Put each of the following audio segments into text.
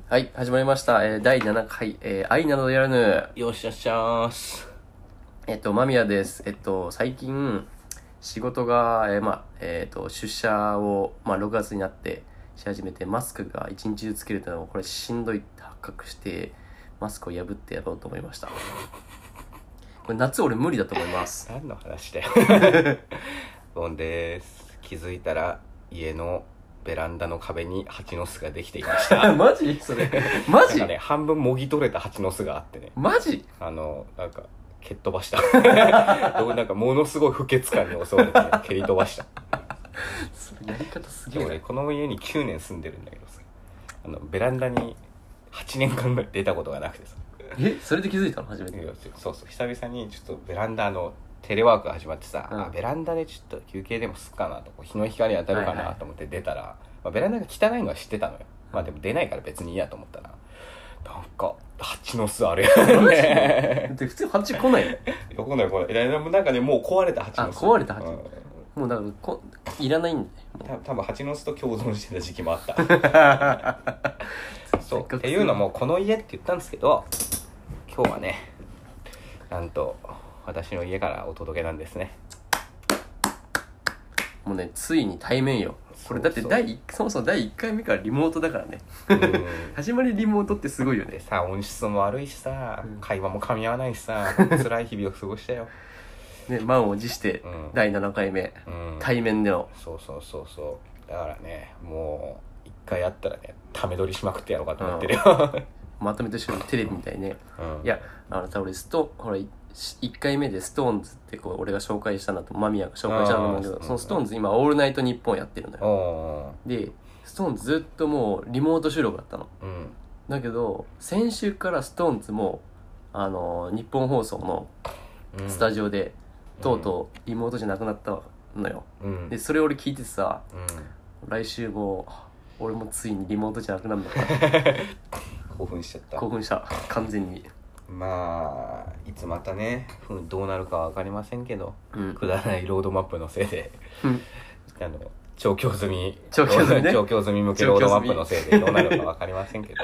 はい、始まりました。第7回、愛などやらぬ。 よっしゃっしゃーす。 間宮です。最近、仕事が、出社を、6月になってし始めて、マスクが一日中つけるというのは、これしんどいって発覚して、マスクを破ってやろうと思いました。これ夏俺無理だと思います。 何の話だよ。ボンです。気づいたら、家のベランダの壁に蜂の巣ができていました。 マジそれ。マジなんかね、半分もぎ取れた蜂の巣があってね。 マジなんか、蹴っ飛ばした。なんかものすごい不潔感に襲われて、ね、蹴り飛ばした。 それやり方すげえな。 俺、この家に9年住んでるんだけどさ、ベランダに8年間ぐらい出たことがなくてさ。 それで気づいたの初めて。 そうそう、久々にちょっとベランダテレワークが始まってさ、 うんベランダでちょっと休憩でもすっかなと、日の光当たるかなと思って出たら、ベランダが汚いのは知ってたのよ。でも出ないから別にいいやと思ったら、なんか蜂の巣あるよね。 で普通蜂来ないの。 来ない来ない。なんかね、もう壊れた蜂の巣。 壊れた蜂、もうだからいらないんだよ。 多分蜂の巣と共存してた時期もあったそうっていうのも、この家って言ったんですけど、今日はね、なんと私の家からお届けなんですね。 もうね、ついに対面よ。これだってそもそも第1回目からリモートだからね。始まりリモートってすごいよね。 でさ、音質も悪いしさ、会話も噛み合わないしさ、辛い日々を過ごしたよ。 ね、満を持して、第7回目、対面での。 そう。だからね、もう、一回やったらね、ため撮りしまくってやろうかと思ってるよ。 まとめてしまうテレビみたいね。いや、さ、俺ほら、1回目でストーンズって俺が紹介したなと、間宮が紹介したと思うけど、そのストーンズ今、オールナイトニッポンやってるのよ。で、ストーンズずっともうリモート収録だったの。だけど、先週からストーンズも、日本放送のスタジオで、とうとうリモートじゃなくなったのよ。で、それ俺聞いてさ、来週も、俺もついにリモートじゃなくなるのかな。 興奮しちゃった。 興奮した、完全に。 いつまたね、どうなるかは分かりませんけど、くだらないロードマップのせいで、調教済み向けロードマップのせいでどうなるか分かりませんけど、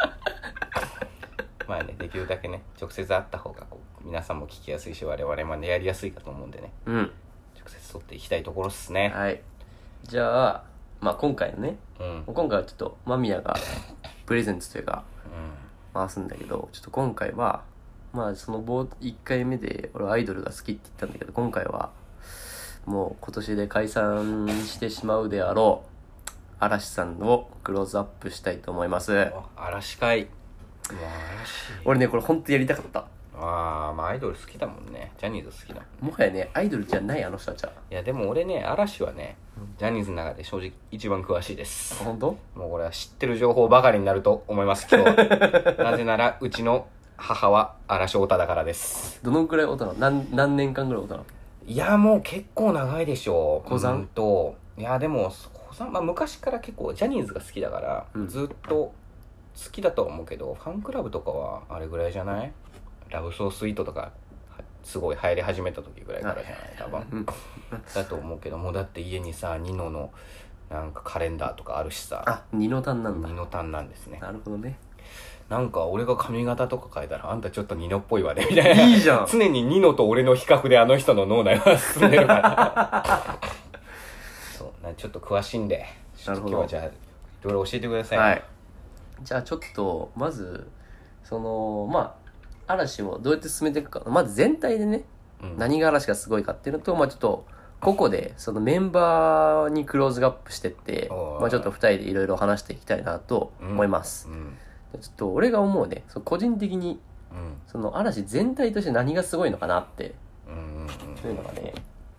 できるだけね、直接会った方が皆さんも聞きやすいし、我々もね、やりやすいかと思うんでね、直接撮っていきたいところっすね。 はい。じゃあ、今回のね、今回はちょっと間宮がプレゼントというか、回すんだけど、ちょっと今回はその1回目で俺はアイドルが好きって言ったんだけど、今回はもう今年で解散してしまうであろう嵐さんをクローズアップしたいと思います。 嵐会。 俺ね、これほんとやりたかった。 アイドル好きだもんね。ジャニーズ好きだもん。 もはやね、アイドルじゃない、あの人たちは。 いやでも俺ね、嵐はね、ジャニーズの中で正直一番詳しいです。 本当？ もうこれは知ってる情報ばかりになると思います今日。なぜならうちの母は嵐オタだからです。 どのくらいオタなの？何年間ぐらいオタなの？ いやもう結構長いでしょう。 小山いやでも小山、昔から結構ジャニーズが好きだから、ずっと好きだとは思うけど、ファンクラブとかはあれぐらいじゃない？ラブソースイートとかすごい流行り始めた時ぐらいからじゃない多分。だと思うけど、もうだって家にさ、ニノのなんかカレンダーとかあるしさ。 ニノタンなんだ。 ニノタンなんですね。 なるほどね。 なんか俺が髪型とか変えたら、あんたちょっとニノっぽいわねみたいな。 いいじゃん。 常にニノと俺の比較であの人の脳内は進んでるからそうちょっと詳しいんで、 なるほど。 今日はじゃあいろいろ教えてください。 はい。じゃあちょっとまず嵐をどうやって進めていくか、まず全体でね、何が嵐がすごいかっていうのと、ちょっと個々でそのメンバーにクローズアップしてって、ちょっと2人でいろいろ話していきたいなと思います。ちょっと俺が思うね、個人的に、その嵐全体として何がすごいのかなって、そういうのがね、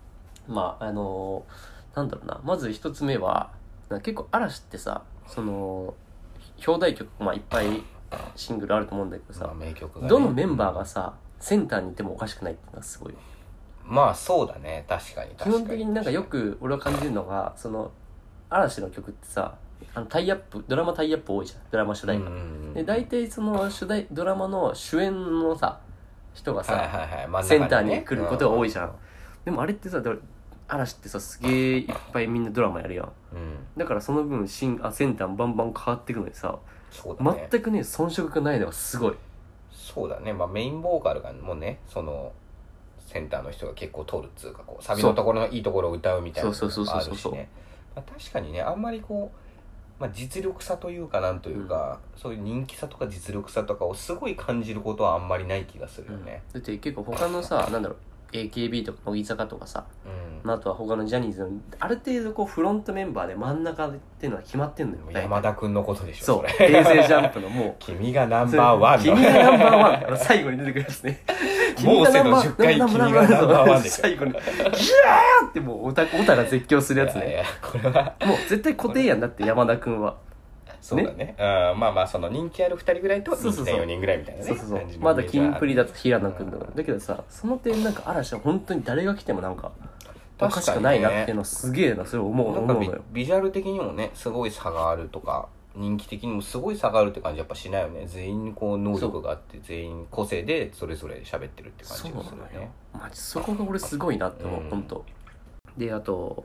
なんだろうな、まず一つ目は、結構嵐ってさ、その表題曲いっぱいシングルあると思うんだけどさ、 名曲がね、 どのメンバーがさ、センターにいてもおかしくないっていうのがすごい。 そうだね、確かに。 基本的になんかよく俺は感じるのが、その嵐の曲ってさ、タイアップ、ドラマタイアップ多いじゃん、ドラマ主題歌で、大体そのドラマの主演のさ人がさ、センターに来ることが多いじゃん。でもあれってさ、嵐ってさ、すげえいっぱいみんなドラマやるやん。だからその分センターもバンバン変わっていくのにさ、 そうだね、 全くね遜色がないのがすごい。 そうだね、まあメインボーカルがもうねそのセンターの人が結構取るっつうかこうサビのところのいいところを歌うみたいなのがあるしね、まあ、確かにねあんまりこう、まあ、実力差というかなんというか、そういう人気差とか実力差とかをすごい感じることはあんまりない気がするよね、 だって結構他のさなんだろう AKB とか乃木坂とかさ、あとは他のジャニーズのある程度こうフロントメンバーで真ん中っていうのは決まってんのよ。 山田君のことでしょそう平成ジャンプのもう君がナンバーワンの君がナンバーワン最後に出てくるやつねモーセの10回君がナンバーワンでしょ最後にギャーってもうオタが絶叫するやつね。 いやこれはもう絶対固定やんだって山田君は。 そうだね、まあまあその人気ある2人ぐらいと2.4人ぐらいみたいなね。 そうまだキンプリだと平野君とかだけどさ、その点なんか嵐は本当に誰が来てもなんかおかしくないなっていうのすげえなそれ思うのよ。 ビジュアル的にもねすごい差があるとか人気的にもすごい差があるって感じやっぱしないよね。全員こう能力があって全員個性でそれぞれ喋ってるって感じがするよね。 マジそこが俺すごいなって思う、本当で。あと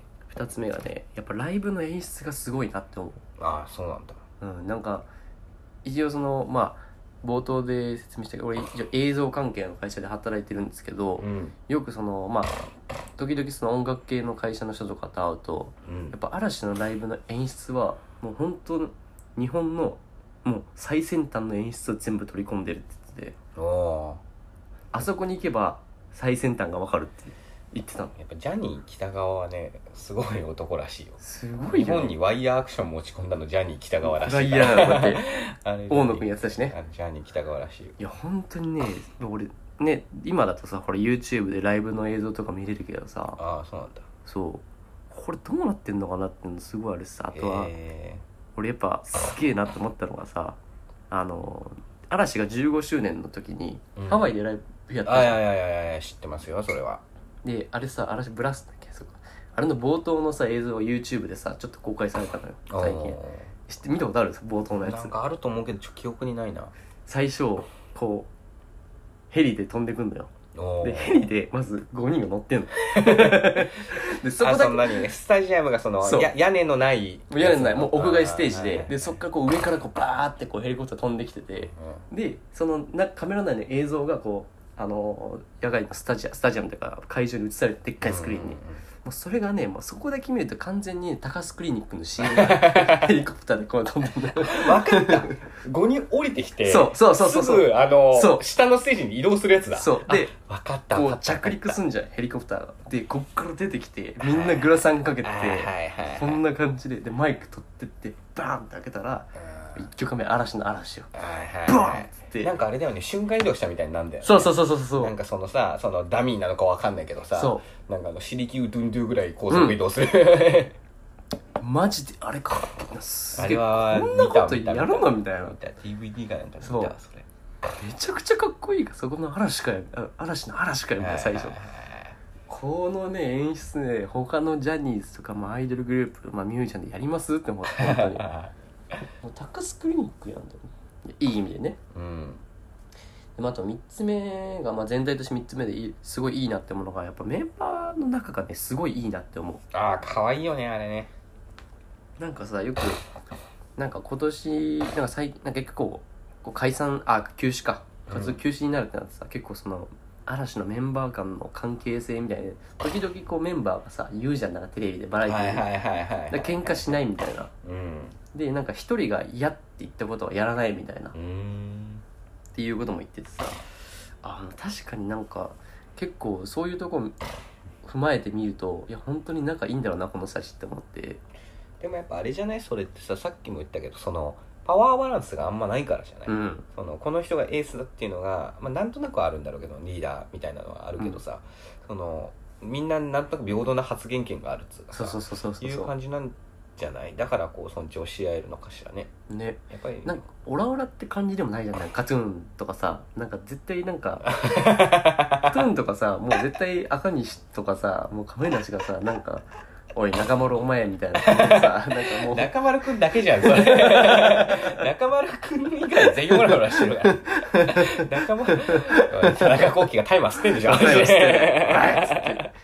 2つ目がねやっぱライブの演出がすごいなって思う。 ああそうなんだ。 なんか一応そのまあ冒頭で説明したけど俺一応映像関係の会社で働いてるんですけど、よくそのまあ時々その音楽系の会社の人とかと会うと、やっぱ嵐のライブの演出はもう本当日本のもう最先端の演出を全部取り込んでるって言ってて、あそこに行けば最先端が分かるって言ってたの。 やっぱジャニー北川はねすごい男らしいよ。 すごいよ。 日本にワイヤーアクション持ち込んだのジャニー北川らしい。 ワイヤーだって大野くんやってたしね。 ジャニー北川らしいよ。 いや本当にね俺ね今だとさほら YouTube でライブの映像とか見れるけどさ、 ああそうなんだ。 そうこれどうなってんのかなっていうのすごいあるしさ、あとは俺やっぱすげえなって思ったのがさ、嵐が15周年の時にハワイでライブやったじゃん。 いや知ってますよそれは。 であれさ嵐ブラスだっけ、そうか、あれの冒頭のさ映像が YouTube でさちょっと公開されたのよ最近。知って見たことある？冒頭のやつなんかあると思うけど記憶にないな。 最初こうヘリで飛んでくんのよ。でヘリでまず5人が乗ってんのでそこだけそんなにスタジアムがその屋根のないもう屋外ステージで、でそっからこう上からこうバーってこうヘリコプター飛んできてて、でそのカメラ内の映像がこう野外のスタジアムというか会場に映されてでっかいスクリーンに、もうそれがねもうそこだけ見ると完全に高須クリニックの CM がヘリコプターでこう飛んでるの。 分かった5人降りてきてそうすぐ下のステージに移動するやつだ。 そうで分かったこう着陸すんじゃんヘリコプターが。でこっから出てきてみんなグラサンかけてこんな感じでマイク取ってってバーンって開けたら1曲目嵐の嵐よ。バーンってなんかあれだよね瞬間移動したみたいになんだよね。 そうなんかそのさそのダミーなのかわかんないけどさ、なんかシリキュードゥンドゥぐらい高速移動する、 マジであれかあれはこんなことやるのみたいな。 DVD かなんか見たそれめちゃくちゃかっこいいからそこの嵐の嵐かよみたいな最初このね演出ね他のジャニーズとかアイドルグループ、ミュージシャンでやりますって思って本当にもうタックスクリニックやんだよいい意味でね。であと3つ目が、全体として3つ目ですごいいいなって思うのがやっぱメンバーの中がねすごいいいなって思う。 可愛いよねあれね。 なんかさよくなんか今年なんか結構こう解散休止か活動休止になるってなってさ、結構その嵐のメンバー間の関係性みたいで時々こうメンバーがさ言うじゃん、なんかテレビでバラエティーで喧嘩しないみたいな、でなんか一人が嫌って言ったことはやらないみたいなっていうことも言っててさ、確かになんか結構そういうとこ踏まえてみるといや本当に仲いいんだろうなこの人たちって思って。 でもやっぱあれじゃない、それってさっきも言ったけどそのパワーバランスがあんまないからじゃない、この人がエースだっていうのが、なんとなくあるんだろうけどリーダーみたいなのはあるけどさ、そのみんななんとなく平等な発言権があるっつうかさ、そういう感じなんじゃない。だからこう尊重し合えるのかしらね。やっぱりなんかオラオラって感じでもないじゃない。カトゥーンとかさ、なんか絶対なんかカトゥーンとかさもう絶対赤西とかさもう亀梨がさなんかおい中丸お前みたいな感じでさなんかもう中丸くんだけじゃんそれ中丸くん以外全員オラオラしてるから中丸田中幸喜がタイマー吸ってんでしょタイマー吸って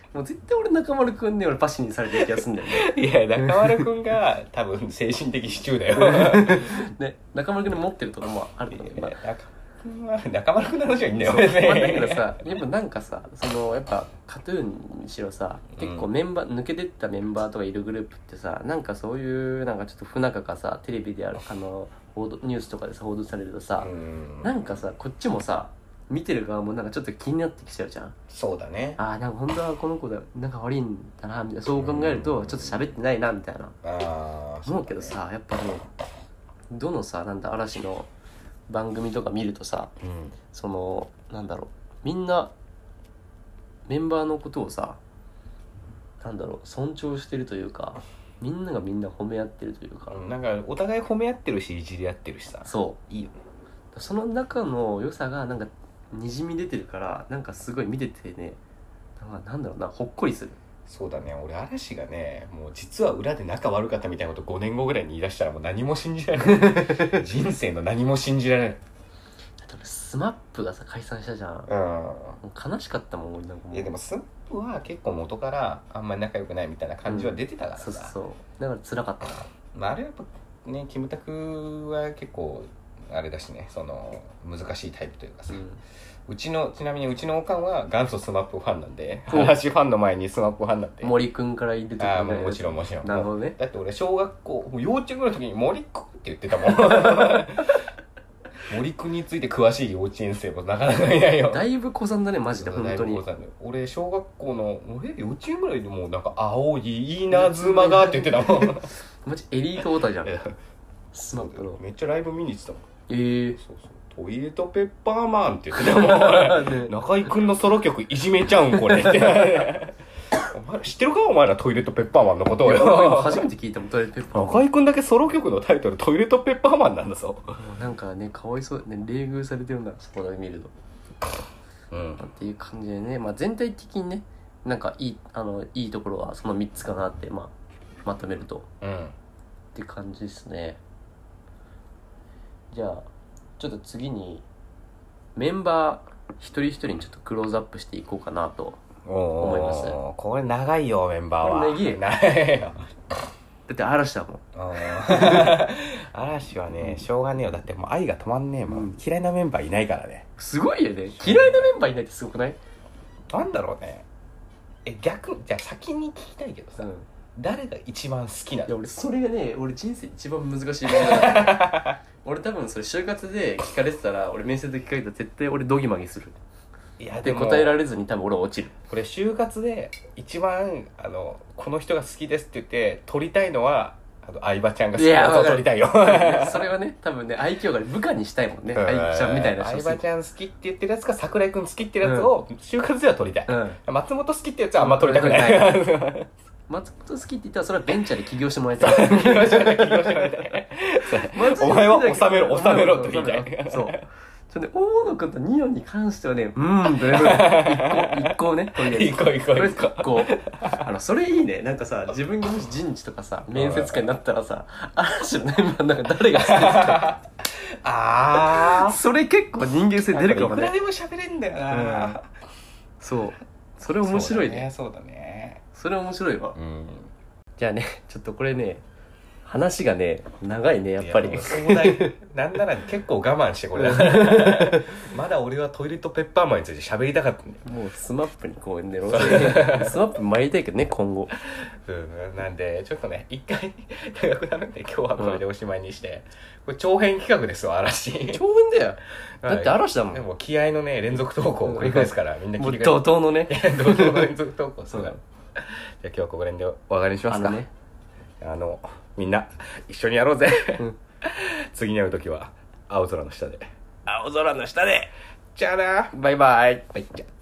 もう絶対俺中丸くんね俺パシにされてる気がするんだよねいや中丸くんが多分精神的支柱だよね、中丸くんで持ってるところもあると思う、まあ中丸くんの話はいいんだよそう、 ね、 まあ、だけどさやっぱなんかさそのやっぱカトゥーンにしろさ結構メンバー、抜けてったメンバーとかいるグループってさなんかそういうなんかちょっと不仲かさテレビでニュースとかでさ報道されるとさ、なんかさこっちもさ見てる側もなんかちょっと気になってきちゃうじゃん。 そうだね。 ああなんか本当はこの子だなんか悪いんだなみたいな、そう考えるとちょっと喋ってないなみたいな思うけどさ、やっぱねどのさなんだ嵐の番組とか見るとさ、そのなんだろうみんなメンバーのことをさなんだろう尊重してるというかみんながみんな褒め合ってるというか、 なんかお互い褒め合ってるしいじり合ってるしさ、 そういいよ。その中の良さがなんかにじみ出てるからなんかすごい見ててねなんだろうなほっこりする。 そうだね。俺嵐がねもう実は裏で仲悪かったみたいなこと5年後ぐらいに言い出したらもう何も信じられない人生の何も信じられない。 スマップがさ解散したじゃん、もう悲しかったもん。なんかもういやでもスマップは結構元からあんまり仲良くないみたいな感じは出てたからさ、 そうだから辛かったな。 まあ、あれはやっぱねキムタクは結構あれだしね、その難しいタイプというかさ、ちなみにうちのおかんは元祖スマップファンなんで、嵐ファンの前にスマップファンなんで森くんからいるとか、もちろんなるほどね。 だって俺小学校幼稚園ぐらいの時に森くんって言ってたもん森くんについて詳しい幼稚園生もなかなかいないよ。 だいぶ子さんだねマジで本当に。 俺小学校の幼稚園ぐらいでもうなんか青い稲妻がって言ってたもんマジエリートオタじゃんスマップの。めっちゃライブ見に行ってたもん。 そうトイレットペッパーマンって言ってたもん中居くんのソロ曲いじめちゃうんこれってお前知ってるかお前らトイレットペッパーマンのことをよ。 初めて聞いたもんトイレットペッパーマン。 中居くんだけソロ曲のタイトルトイレットペッパーマンなんだぞ。 なんかねかわいそうね、冷遇されてるんだそこだけ見ると、っていう感じでね、まあ、全体的にねなんかいいところはその3つかなって、まとめると、って感じですね。じゃあちょっと次にメンバー一人一人にちょっとクローズアップしていこうかなと思います。 これ長いよメンバーは。 これ長いよだって嵐だもん嵐はねしょうがねえよ。だってもう愛が止まんねえもん、嫌いなメンバーいないからね。 すごいよね。嫌いなメンバーいないってすごくない？ なんだろうね。じゃあ先に聞きたいけどさ、誰が一番好きなの？ いや俺それがね俺人生一番難しい俺多分それ就活で聞かれてたら俺面接で聞かれたら絶対俺ドギマギする。いやで答えられずに多分俺は落ちる。 これ就活で一番この人が好きですって言って撮りたいのは相葉ちゃんが好きなやつを撮りたいよそれはね多分ね愛嬌が部下にしたいもんね、愛ちゃんみたいな人。 相葉ちゃん好きって言ってるやつか桜井くん好きっていうやつを就活では撮りたい、松本好きってやつはあんま撮りたくない松本好きって言ったらそれはベンチャーで起業してもらいたいお前は収めろって言いたい。 そうそれで大野くんとニオンに関してはね一個ねとりあえず一個それいいね。なんかさ自分がもし人事とかさ面接官になったらさ嵐のメンバーなんか誰が好きですかそれ結構人間性出るかもね。 いくらでも喋れんだよな、 そうそれ面白いね。 そうだねそれ面白いわ、じゃあねちょっとこれね話がね長いねやっぱり。 なんなら結構我慢してこれまだ俺はトイレットペッパーマンについて喋りたかったんだよ。 もうスマップにこうねスマップ参りたいけどね今後。 なんでちょっとね一回長くなるんで今日はこれでおしまいにして、これ長編企画ですわ嵐。 長編だよだって嵐だもん。 でも気合のね連続投稿を繰り返すからみんな聞いてくれ。 もう怒涛のね怒涛の連続投稿そうだ。じゃあ今日はここら辺でお別れにしますか。みんな一緒にやろうぜ、次に会う時は青空の下でじゃあなバイバイ。 はいじゃあ